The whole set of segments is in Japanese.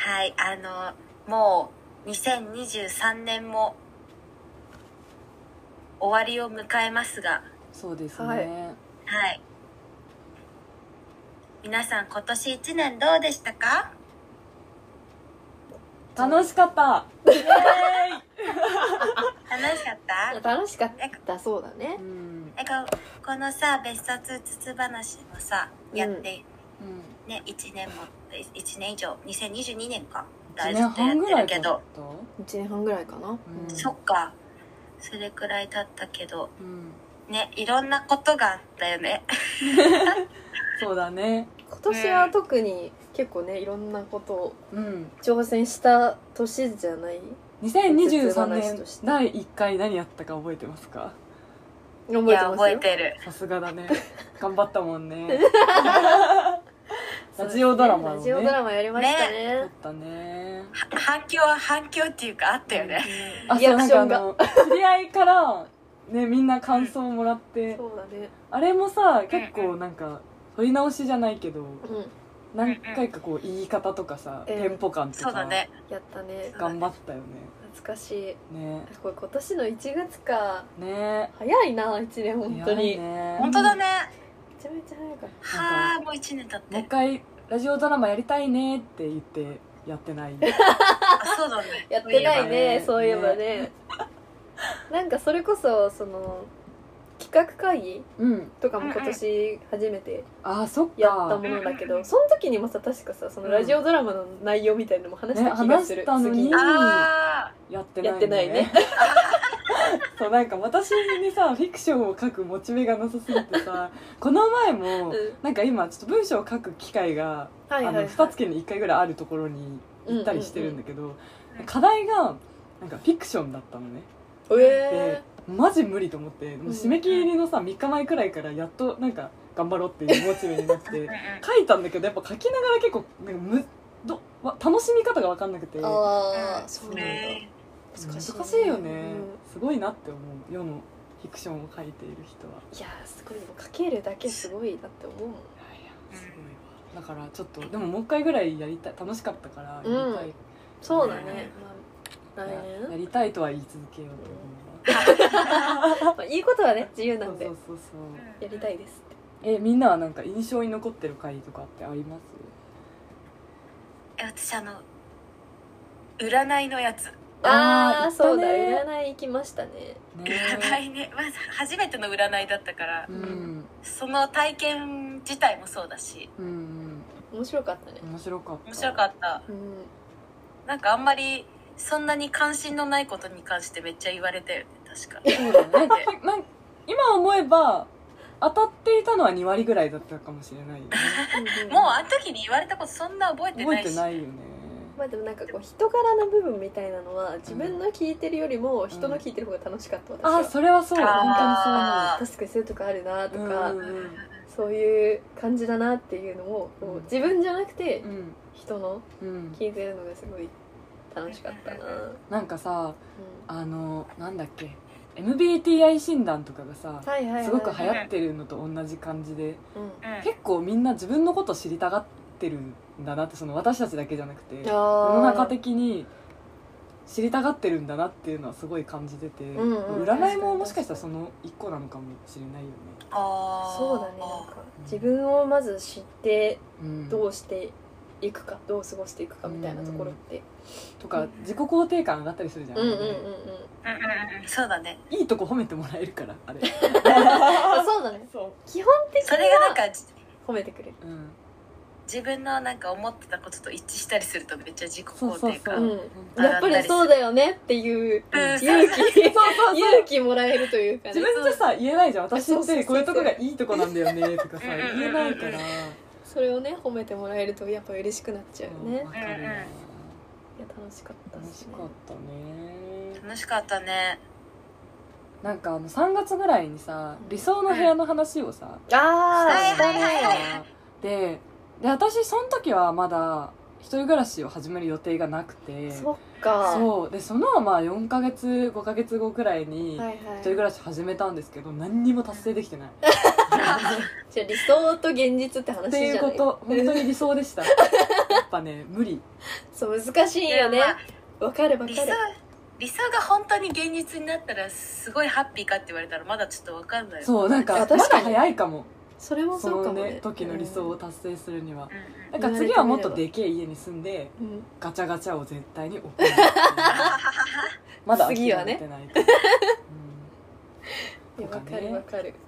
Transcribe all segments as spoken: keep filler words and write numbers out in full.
はい、あのもうにせんにじゅうさんねんも終わりを迎えますが、 そうですね、 はいはい、皆さん今年いちねんどうでしたか？ 楽しかったイエーイ楽しかった楽しかったそうだね。 うんえここのさ別冊つつ話もさやって、 うんねいちねんもいちねん以上にせんにじゅうにねんかいちねんはんぐらいかな。 いちねんはんぐらいかな、 うんそっかそれくらい経ったけどうんねいろんなことがあったよねそうだね。 今年は特に結構ねいろんなことをうん挑戦した年じゃない？ にせんにじゅうさんねん話としてだいいっかい何やったか覚えてますか？ 覚えいやてますよ。 覚えてるさすがだね頑張ったもんねラジオドラマをねラジオドラマやりました撮ねったね。 は反響は反響っていうかあったよね、 あ、 リアクションがそうなんかあの知り合いからねみんな感想をもらってそうだね。 あれもさ結構なんか撮り直しじゃないけどうん何回かこう言い方とかさうんテンポ感とかそうだねやったね。 頑張ったよね。 懐かしい。 ねこれ今年のいちがつか。 ね早いないちねん本当に。め早いね本当だねちゃめちゃ早かっはあもういちねん経っもう一て回ラジオドラマやりたいねって言ってやってないあそうだねた。やってないねそういえばねね。なんかそれこそその企画会議うんとかも今年初めてあそっかやったものだけど、その時にもさ確かさそのラジオドラマの内容みたいなのも話した気がする。 ね話したのに次あやってないやってないねそうなんか私にさフィクションを書くモチベがなさすぎてさこの前も、 うんなんか今ちょっと文章を書く機会が、 はいはいはいあのふたつけにいっかいぐらいあるところに行ったりしてるんだけど、 うん課題がなんかフィクションだったのね。 えでマジ無理と思ってもう締め切りのさみっかまえくらいからやっとなんか頑張ろうっていうモチベになってうんうん書いたんだけどやっぱ書きながら結構なんかむどわ楽しみ方が分かんなくてー、ああそうなんだ。 ね難難しいしいよね、 うんすごいなって思う世のフィクションを書いている人は。 いやーすごい書けるだけすごいなって思うもん。 いやいやすごいわ。だからちょっとでももう一回ぐらいやりたい楽しかったからやりたい、 そうだね、まあ、来やや年りたいとは言い続けようと思うわまあいいことはね自由なんでそうそうそうそう。 やりたいですって。 えみんなはなんか印象に残ってる回とかってあります？ え私あの占いのやつああーそうだ行っ占い行きましたね。 ね占いねまず初めての占いだったから、 うんその体験自体もそうだしうんうん面白かったね。 面白かった面白かったうんなんかあんまりそんなに関心のないことに関してめっちゃ言われたよね確かそうだねなん今思えば当たっていたのはにわりぐらいだったかもしれないよね。 もうあの時に言われたことそんな覚えて覚えないしてないよね。 まあでもなんかこう人柄の部分みたいなのは自分の聞いてるよりも人の聞いてる方が楽しかった私は、 あそれはそう本あー当に確かにそういうとこあるなとそうか、 思ううんうんそういう感じだなっていうのをこう自分じゃなくてうん人のうん聞いてるのがすごい楽しかったな、うんなんかさあのなんだっけ エムビーティーアイ 診断とかがさはいはいはい、 すごく流行ってるのと同じ感じでうんうん結構みんな自分のこと知りたがってるんだなってその私たちだけじゃなくて世あの中的に知りたがってるんだなっていうのはすごい感じてて、 うんうん占いももしかしたらその一個なのかもしれないよね。 あーそうだねなんか自分をまず知ってうんどうしていくかどう過ごしていくかみたいなところって、 とか自己肯定感上がったりするじゃん、 うん、うんうんうんうんうんうんそうだねいいとこ褒めてもらえるからあれあそうだねそ基本的それがなんにはか褒めてくれる、 う、うん、 自分のなんか思ってたことと一致したりするとめっちゃ自己そうそうそう肯定感うん、やっぱりそうだよねっていううん勇気そうそうそう勇気もらえるというかね自分じゃさ言えないじゃん私っそうそうそうてこういうとこがいいとこなんだよねとかさうんうんうんうん言えないからそれをね褒めてもらえるとやっぱ嬉しくなっちゃうよね、いやわかるなうんうん楽しかった楽しですねかったね。 楽しかったねなんかあのさんがつぐらいにさ理想の部屋の話をさ、 あはいあしたはいはいはいねでで私その時はまだ一人暮らしを始める予定がなくてそっかそうでそのまあよんかげつごかげつごくらいにはいはい一人暮らし始めたんですけど何にも達成できてないじゃあ理想と現実って話ってじゃないいうこと本当に理想でしたぱね無理。 そう難しいよね。 でまあわかるわかる。 理想理想が本当に現実になったらすごいハッピーかって言われたらまだちょっとわかんない。 そうなんかあまだ確かに早いかも。 それもそのそうかもね。 ね時の理想を達成するには、 うんだから次はもっとでけえ家に住んでうん。うんガチャガチャを絶対に送るっていうまだ諦めてないから、 いやわかとかねるわかる。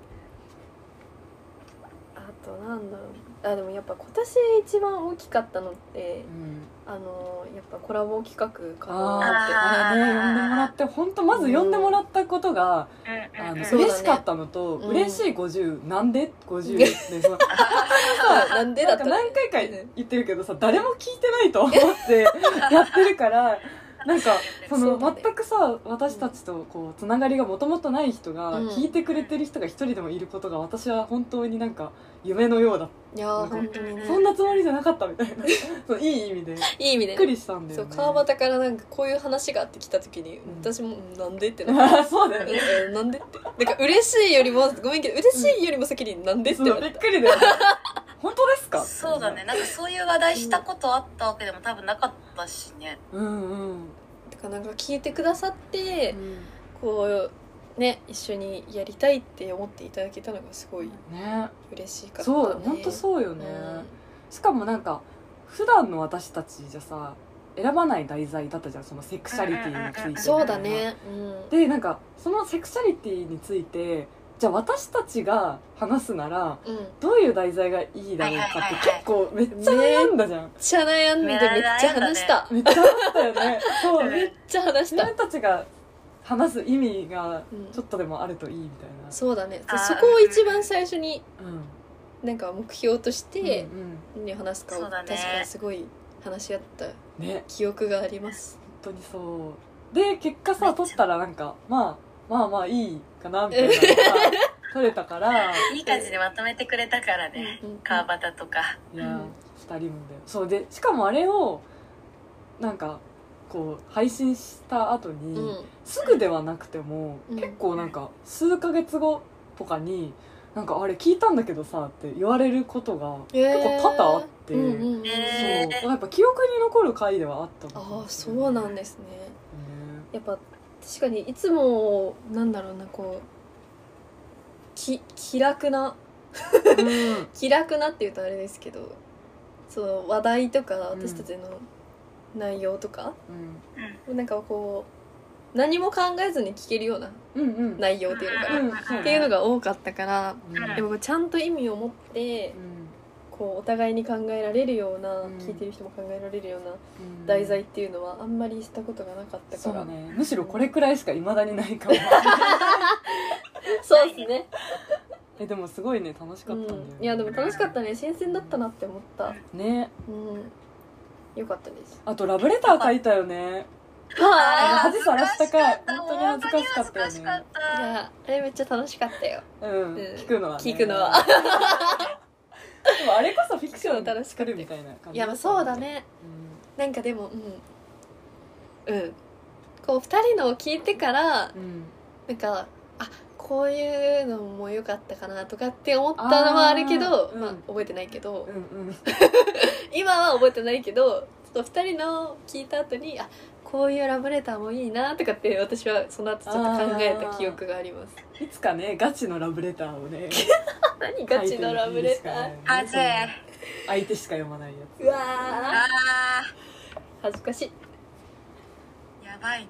あとなんだろう。あでもやっぱ今年一番大きかったのってうんあのやっぱコラボ企画かあなって。 ーあれね呼んでもらって本当まず呼んでもらったことが、 うんあのそうだね嬉しかったのと、 うん嬉しいごじゅうなんでごじゅうでそのあなんでだったなんか何回か言ってるけどさ誰も聞いてないと思ってやってるからなんかそのそうだね全くさ私たちとこうつながりがもともとない人がうん聞いてくれてる人が一人でもいることが私は本当になんか夢のようだ、 いやー本当にね。 そんなつもりじゃなかったみたいなそういい意味でびっいい意味でくね。 りしたんだよね。 そう川端からなんかこういう話があってきた時に、 ん私もうんなんでってなっそうだよねてうんなんでってなんか嬉しいよりもごめんけど嬉しいよりも先になんでってそうびっ言われた。 くりだよね本当ですかそうだね。なんかそういう話題したことあったわけでも多分なかったしね。 うんうん、 だからなんか聞いてくださってうんこうね一緒にやりたいって思っていただけたのがすごいね嬉しかったね。 そう本当そうよね、 うんしかもなんか普段の私たちじゃさ選ばない題材だったじゃんそのセクシャリティについてみたいなそうだね。うん。 でなんかそのセクシャリティについてじゃあ私たちが話すならうん。めっどういう題材がいいだろうかってはいはいはいはい結構めっちゃ悩んだじゃん、 ちゃ悩んでめっちゃ話した。 めっちゃ話したよねそううんめっちゃ話し自た。 分たちが話す意味がうんちょっとでもあるといいみたいな、 そうだね。であーそこを一番最初にうんなんか目標としてうん何を話すかをそうだね確かにすごい話し合ったうん、ね記憶があります。 本当にそうで結果さ撮ったらなんかまあまあまあいいかなみたいなのが撮れたからいい感じでまとめてくれたからね。 うんうんうん川端とか。 いやー、 うんふたりもだよそうでしかもあれをなんかこう配信した後に、 うん。 すぐではなくても、 うん結構なんか数ヶ月後とかになんかあれ聞いたんだけどさって言われることが結構多々あって、 うんうんうんえーそうやっぱ記憶に残る回ではあったのかああもしれそうなんですね。 ねやっぱ確かにいつもなんだろうなこうき気楽なうん気楽なって言うとあれですけどその話題とかうん私たちの内容とか、 うんなんかこう何も考えずに聞けるようなうんうん内容っていうのかな、 うんそうねっていうのが多かったから、 うんでもちゃんと意味を持ってこうお互いに考えられるような、 うん聞いてる人も考えられるようなうん題材っていうのはあんまりしたことがなかったから、 そうねむしろこれくらいしかいまだにないかもそうですね、 えでもすごいね楽しかったんだよね、 うん、いやでも楽しかったね新鮮だったなって思ったねうんよかったですあとラブレター書いたよねは恥さらしたかい本当に本当に恥ずかしか恥ずかしったよねかった。 いいやあれめっちゃ楽しかったようん、聞くのはね聞くのはでもあれこそフィクション楽しかった作るみたいな感じいやまあそうだねなんかでもうんうんこうふたりのを聞いてからうん、うんなんかあこういうのも良かったかなとかって思ったのはあるけどあーうんまあ覚えてないけどうんうん今は覚えてないけどちょっとふたりの聞いた後にあこういうラブレターもいいなとかって私はその後ちょっと考えた記憶がありますいつかねガチのラブレターをね何ガチのラブレターはずい。 相手しか読まないやつうわーあ恥ずかしいー、やばいね。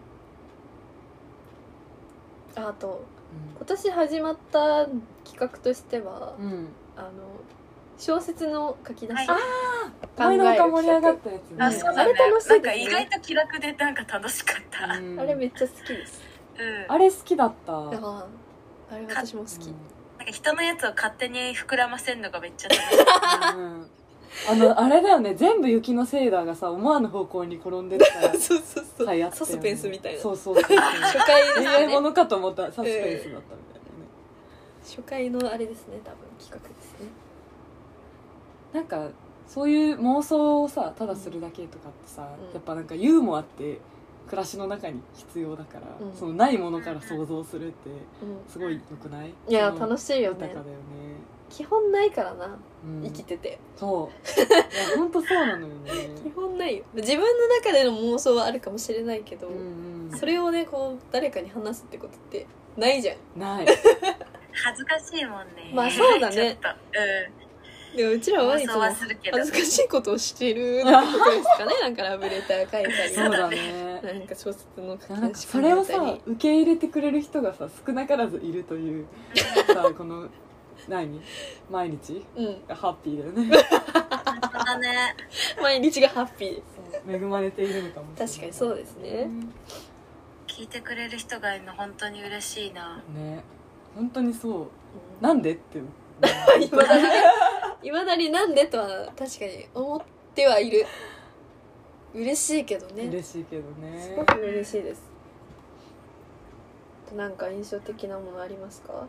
あと今年始まった企画としては、 うん、うん、 あの小説の書き出し、 はい前のが盛り上がったやつねあ、そうだね。 あれ楽しいですねなんか意外と気楽でなんか楽しかった。うん。 うんあれめっちゃ好きですあれ好きだったあああれ私も好き、 うんなんか人のやつを勝手に膨らませるのがめっちゃ楽しい。 うんあのあれだよね全部雪のセーラーがさ思わぬ方向に転んでったそうそうそう回あったよねサスペンスみたいなそうそうそうそう初回です恋愛ねものかと思ったらサスペンスだったみたいなね、 初回のあれですね多分企画ですねなんかそういう妄想をさただするだけとかってさ、 うんやっぱなんかユーモアって暮らしの中に必要だから、 うんそのないものから想像するってうんすごい良くない？ いやその楽しいよね豊かだよね、 基本ないからな、 うん、 生きててそういや本当そうなのよね基本ないよ。自分の中での妄想はあるかもしれないけど、 うんうん、 それをねこう誰かに話すってことってないじゃん。 ない恥ずかしいもんね。 まあそうだねちょっとうんでもうちらはいつ妄想もはするけど恥ずかしいことをしてるってことですかね。なんかラブレター書いたりそうだねなんか小説の書きなんか出しそれをさ考えたり受け入れてくれる人がさ少なからずいるというさこの何毎日うんがハッピーだよね本当だね。 毎日がハッピーです。 恵まれているのかもしれない。 確かにそうですね。 聞いてくれる人がいるの本当に嬉しいな。 ね本当にそううんなんでっていまだにねいまだになんでとは確かに思ってはいる。嬉しいけどね。 嬉しいけどねすごく嬉しいです。なんか印象的なものありますか？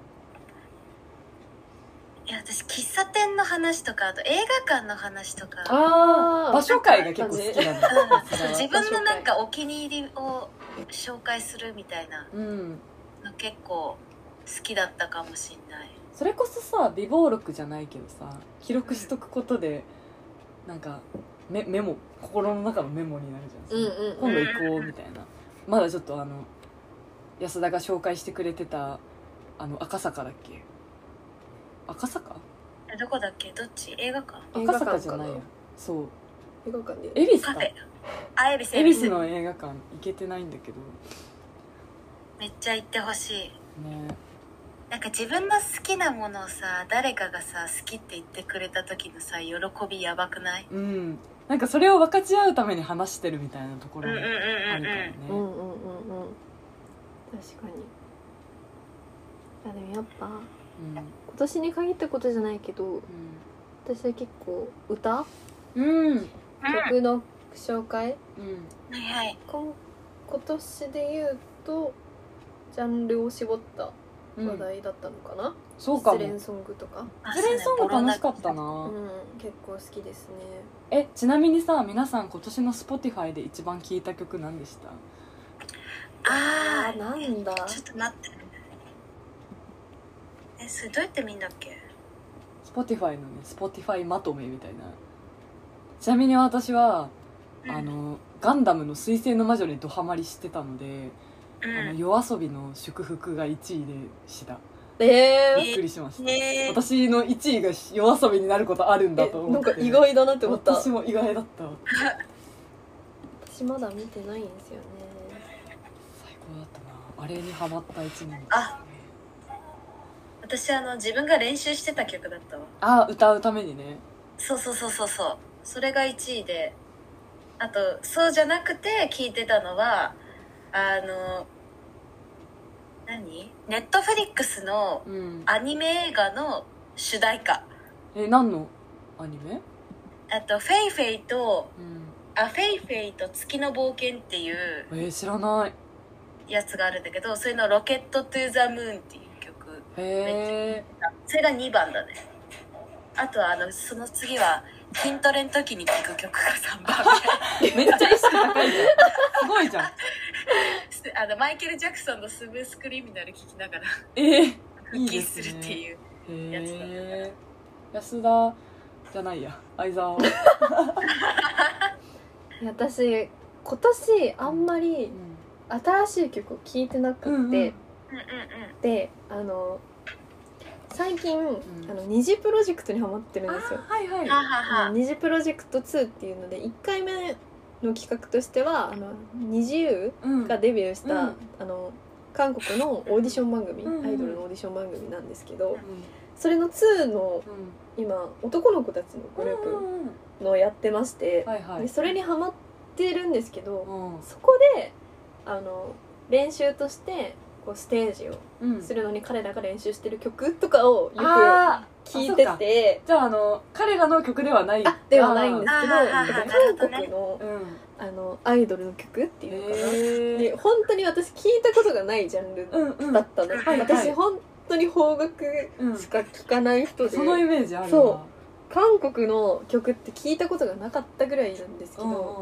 いや私喫茶店の話とかあと映画館の話とかあ場所会が結構好きなのうんそう自分のなんかお気に入りを紹介するみたいなうんの結構好きだったかもしんない。 それこそさ備忘録じゃないけどさ記録しとくことでなんかメメモ心の中のメモになるじゃん、 うんうん今度行こうみたいな。まだちょっとあの安田が紹介してくれてたあの赤坂だっけ赤坂えどこだっけどっち映画館映画赤館かな坂じゃないよそう映画館で恵比寿かカフェあ恵比寿恵比寿の映画館行けてないんだけどめっちゃ行ってほしい。 ねなんか自分の好きなものをさ誰かがさ好きって言ってくれた時のさ喜びやばくない？ うんなんかそれを分かち合うために話してるみたいなところもうんうんうんうんあるからねうんうんうんうん確かに。あでもやっぱうん今年に限ったことじゃないけど私は結構歌うんうん曲の紹介うんはいはい今今年で言うとジャンルを絞った話題だったのかな、 そうかも失恋ソングとか、 失恋ソング楽しかったう、 なん結構好きですね。 えちなみにさ皆さん今年の Spotify で一番聴いた曲何でした？ あーなんだちょっと待ってえそれどうやって見んだっけ？ Spotify のね Spotify まとめみたいな。ちなみに私は、 うんあのガンダムの水星の魔女にドハマりしてたので、 うんあの夜遊びの祝福がいちいでしたえー、 びっくりしました、 ねえ私のいちいが夜遊びになることあるんだとえ思ってなんか意外だなって思った。 私も意外だった私まだ見てないんですよね。 最高だったなあれにハマったいちねんですね。 あ私あの自分が練習してた曲だったわ。 あ歌うためにねそうそうそうそうそうそれがいちいであとそうじゃなくて聴いてたのはあの何ネットフリックスのうんアニメ映画の主題歌え何のアニメ？ あとフェイフェイとうんあフェイフェイと月の冒険っていうえー、知らないやつがあるんだけどそれのロケットトゥーザムーンっていう曲へえそれがにばんだね。あとはあのその次は筋トレの時に聴く曲がさんばんめっちゃ意識高いじゃんすごいじゃんめあのマイケル・ジャクソンのスムースクリミナル聴きながらえー、 復帰すいいですねるっていうへやつだえ安田じゃないや相沢いや私今年あんまりう新しい曲を聴いてなくって、 うんうんうんうんうんであの最近、 んあの二次プロジェクトにハマってるんですよ。 はいはいははは二次プロジェクトツーっていうのでいっかいめの企画としてはあの二次優うんがデビューした、 うんあの韓国のオーディション番組、 うんうんアイドルのオーディション番組なんですけど、 うんそれのツーの今男の子たちのグループのやってまして、 はいはいでそれにハマってるんですけど、 うんそこであの練習としてこうステージをうんするのに彼らが練習してる曲とかをよあく聴いてあて、 じゃああの彼らの曲ではないあではないんですけど、 あーなんかなるほどね韓国のうんあのアイドルの曲っていうのかな、 へで本当に私聞いたことがないジャンルうんうんだったの、 はいはい私本当に邦楽うんしか聴かない人で、 そのイメージあるなそ韓国の曲って聞いたことがなかったぐらいなんですけうんど、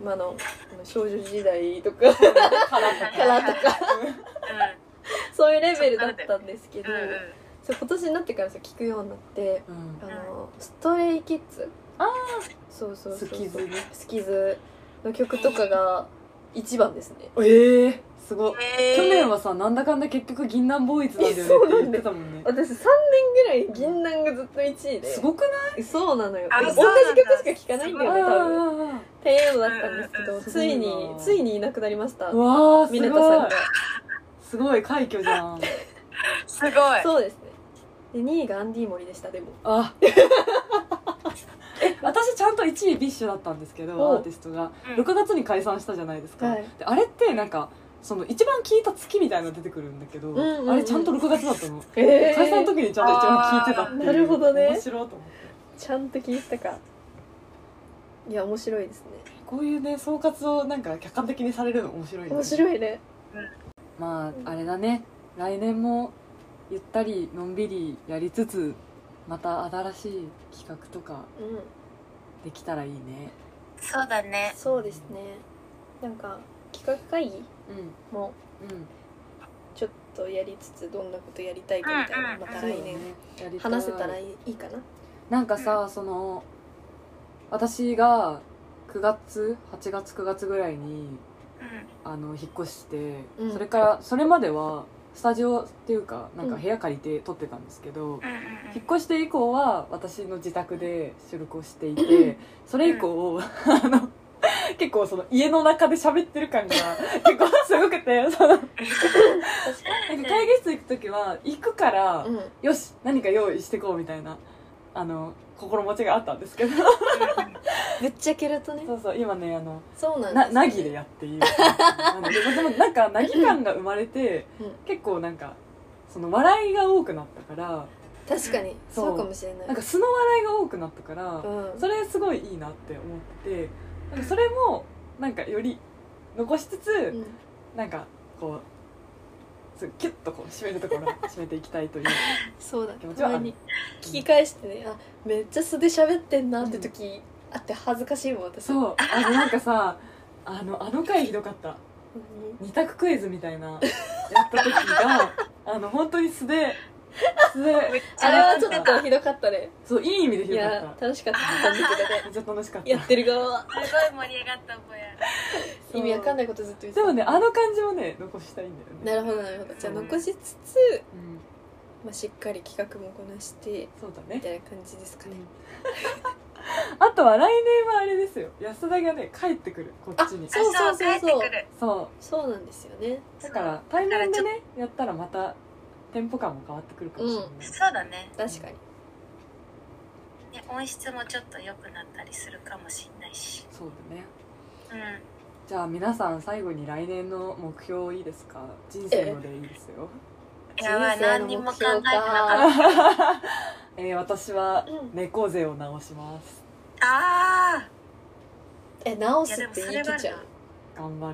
今のあの少女時代とかからとかからとかそういうレベルだったんですけど、 うんうんそう今年になってからさ聞くようになってうんあのストレイキッズあそうそうそうそうスキズねスキズの曲とかが一番ですね。 ええすごい、 えー去年はさなんだかんだ結局銀杏ボーイズなんだよねって言ってたもんね。 私さんねんぐらい銀杏がずっといちいで、 すごくない？ そうなのよ。同じあそうなんだ曲しか聴かないんだよね多分。 あっていうのだったんですけど、 うんうんついにすごいなついにいなくなりましたー。わあすミネタごいさんが。 すごい快挙じゃん。 すごいそうですね。でにいがアンディモリでした。でもあえ私ちゃんといちいビッシュだったんですけどおアーティストがうんろくがつに解散したじゃないですか、 はいであれってなんかその一番聴いた月みたいなの出てくるんだけど、 んうんうんあれちゃんとろくがつだったの、 えー解散の時にちゃんと一番聴いてたっていう。 なるほどね面白いと思って。 ちゃんと聴いてたか。いや面白いですね。 こういうね総括をなんか客観的にされるの面白いね。 面白いね。 まああれだね、来年もゆったりのんびりやりつつまた新しい企画とかうん。 できたらいいね。 そうだね。 そうですね。なんか企画会議うんもうんちょっとやりつつどんなことやりたいかみたいな、 うんまた来そうね年やりい話せたらいいかな。 なんかさ、その私がくがつはちがつくがつぐらいにあの引っ越して、 うんそれからそれまではスタジオっていうかなんか部屋借りて撮ってたんですけど、 うんうん引っ越して以降は私の自宅で収録をしていて、それ以降、あの結構その家の中で喋ってる感が結構すごくて、そのなんか会議室行く時は行くから、 うん。 よし何か用意してこうみたいなあの心持ちがあったんですけどぶっちゃけるとね。 そうそう今ねあのそうなんです、ね。 ななぎでやっていいなのででもなんかなぎ感が生まれて、 うん結構なんかその笑いが多くなったから確かにそうそうかもしれない。 なんか素の笑いが多くなったから、 うん。 それすごいいいなって思ってて、なんかそれもなんかより残しつつ、 うんなんかこうすキュッとこう締めるところを締めていきたいというそうだ気持ちはあるたまに聞き返してね、あめっちゃ素で喋ってんなって時、あって恥ずかしいもん私。 そうあのなんかさあのあの回ひどかった二択クイズみたいなやった時があの本当に素で素であれはちょっとひどかったね。 そういい意味でいひどかっや楽しかったんだけどねた。めっちゃ楽しかったやってる側はすごい盛り上がった覚えそう意味わかんないことずっと言ってた。 でもねあの感じもね残したいんだよね。 なるほどなるほど。じゃあ残しつつ、 うんまあ、しっかり企画もこなしてそうだね。 みたいな感じですかね。 あとは来年はあれですよ、安田がね帰ってくるこっちに。 そうそうそうそう帰ってくる。 そそうなんですよね。 うだから対面でねやったらまたテンポ感も変わってくるかもしれない、 そうだね。 確かに。 ね音質もちょっと良くなったりするかもしれないし。 そうだね。 うん。 じゃあ皆さん最後に来年の目標いいですか？人生のでいいですよ。 やばい、 人生の何にも考えて目標かなかっえー、私はうん猫背を直します。 た。ああ。 え直いやでもすってそれは言い切っちゃう。 頑張る。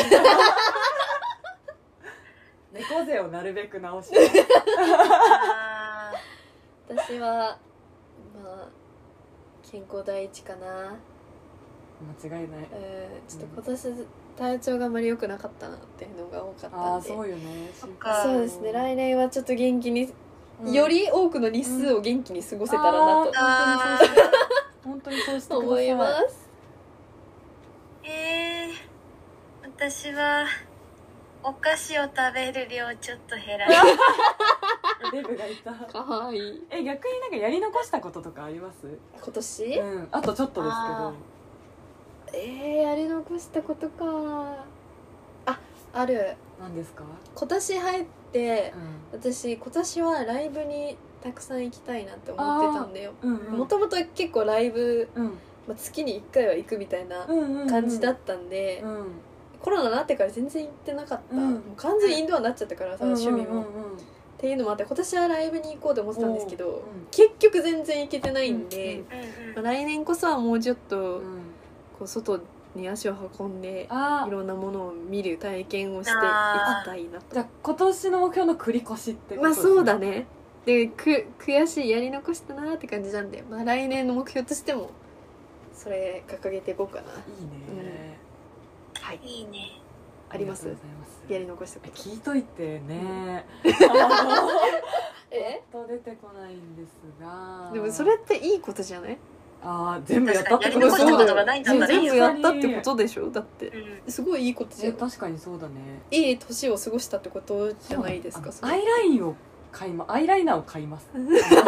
猫背をなるべく直します。 あ私はまあ健康第一かな。 間違いない。 えー、ちょっと今年体調があまり良くなかったなっていうのが多かったああんで。 そうよね。 そっかそうですね。来年はちょっと元気に、 うんより多くの日数を元気に過ごせたらなとあ本当にそうしてください。 思います。 ー。えー、私はお菓子を食べる量ちょっと減らす。 デブがいた。 かわいい。 え逆になんかやり残したこととかあります？ 今年、 うん。あとちょっとですあえー、やり残したことか。あ、ある。 けど。何ですか？ 今年入ってう私今年はライブにたくさん行きたいなって思ってたんだよ。 ん。うんうん。 もともと結構ライブ、 うんまあ、月にいっかいは行くみたいなうんうんうん。 感じだったんで、 うん。 コロナになってから全然行ってなかった、 うんもう完全にインドアになっちゃったからさ、趣味も、 うんうんうんっていうのもあって今年はライブに行こうと思ってたんですけど、 うん結局全然行けてないんで、 うんうんうんまあ、来年こそはもうちょっとうん。 こう外に足を運んでああ。 いろんなものを見る体験をしていきたいなと。 じゃあ今年の目標の繰り越しってことまあですね。 そうだね。でく悔しいやり残したなって感じなんで、まあ、来年の目標としてもそれ掲げていこうかな。 いいね。 はいいいね。 ありますありがとうございます。 やり残したこと聞いといてね、 えパッと出てこないんですが、 でもそれっていいことじゃない？ ああ全部やったって確かにやり残したことがないんだったら全部やったってことでしょ。だってうんすごいいいことじゃえん。 確かにそうだね。 いい年を過ごしたってことじゃないですか。それあのアイラインを買いまアイライナーを買います。ア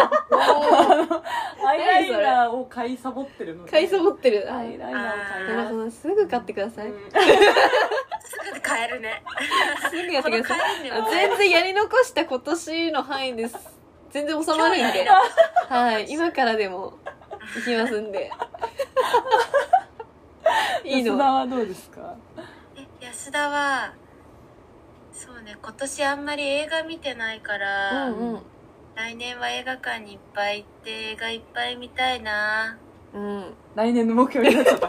イライナーを買いサボってるので。 買いサボってる。 アイライナーを買いなるます。 ほど、すぐ買ってください。 うんすぐ買えるね。 すぐやってください。 この買えるねあ全然やり残した今年の範囲です。全然収まるんで。はい、今からでも行きますんで。いいの安田はどうですか？ え安田はそうね、今年あんまり映画見てないかうら、 んうん来年は映画館にいっぱい行って映画いっぱい見たいな。 うん。 来年の目標になっちゃった。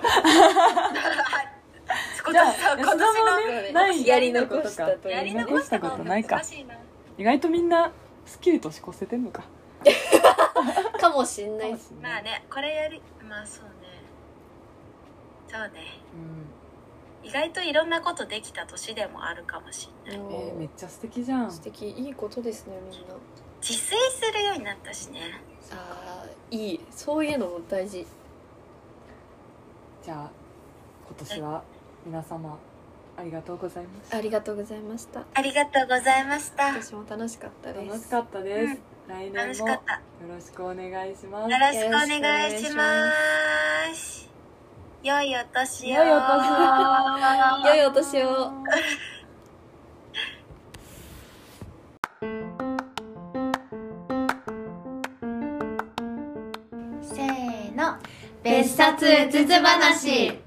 今じゃあ年さ今年安田ものねないやり残したとやいうね。 り残したことないか難しいな。 意外とみんなすっきり年越せてんのか。 かもしんないっす。 まあね、これやりまあそうねそうねうん。 意外といろんなことできた年でもあるかもしれない。 えー、めっちゃ素敵じゃん。 素敵、いいことですね、みんな。 自炊するようになったしね。 ああ、いい。そういうのも大事。 じゃあ今年は皆様ありがとうございました。 ありがとうございました。 ありがとうございました。よ私も楽しかったです。 楽しかったです。 うん来年楽しもよかった。 ろしくお願いします。 よろしくお願いします。良いお年を。 良いお年を。 良いお年を。 せーの。 別冊うつつ話。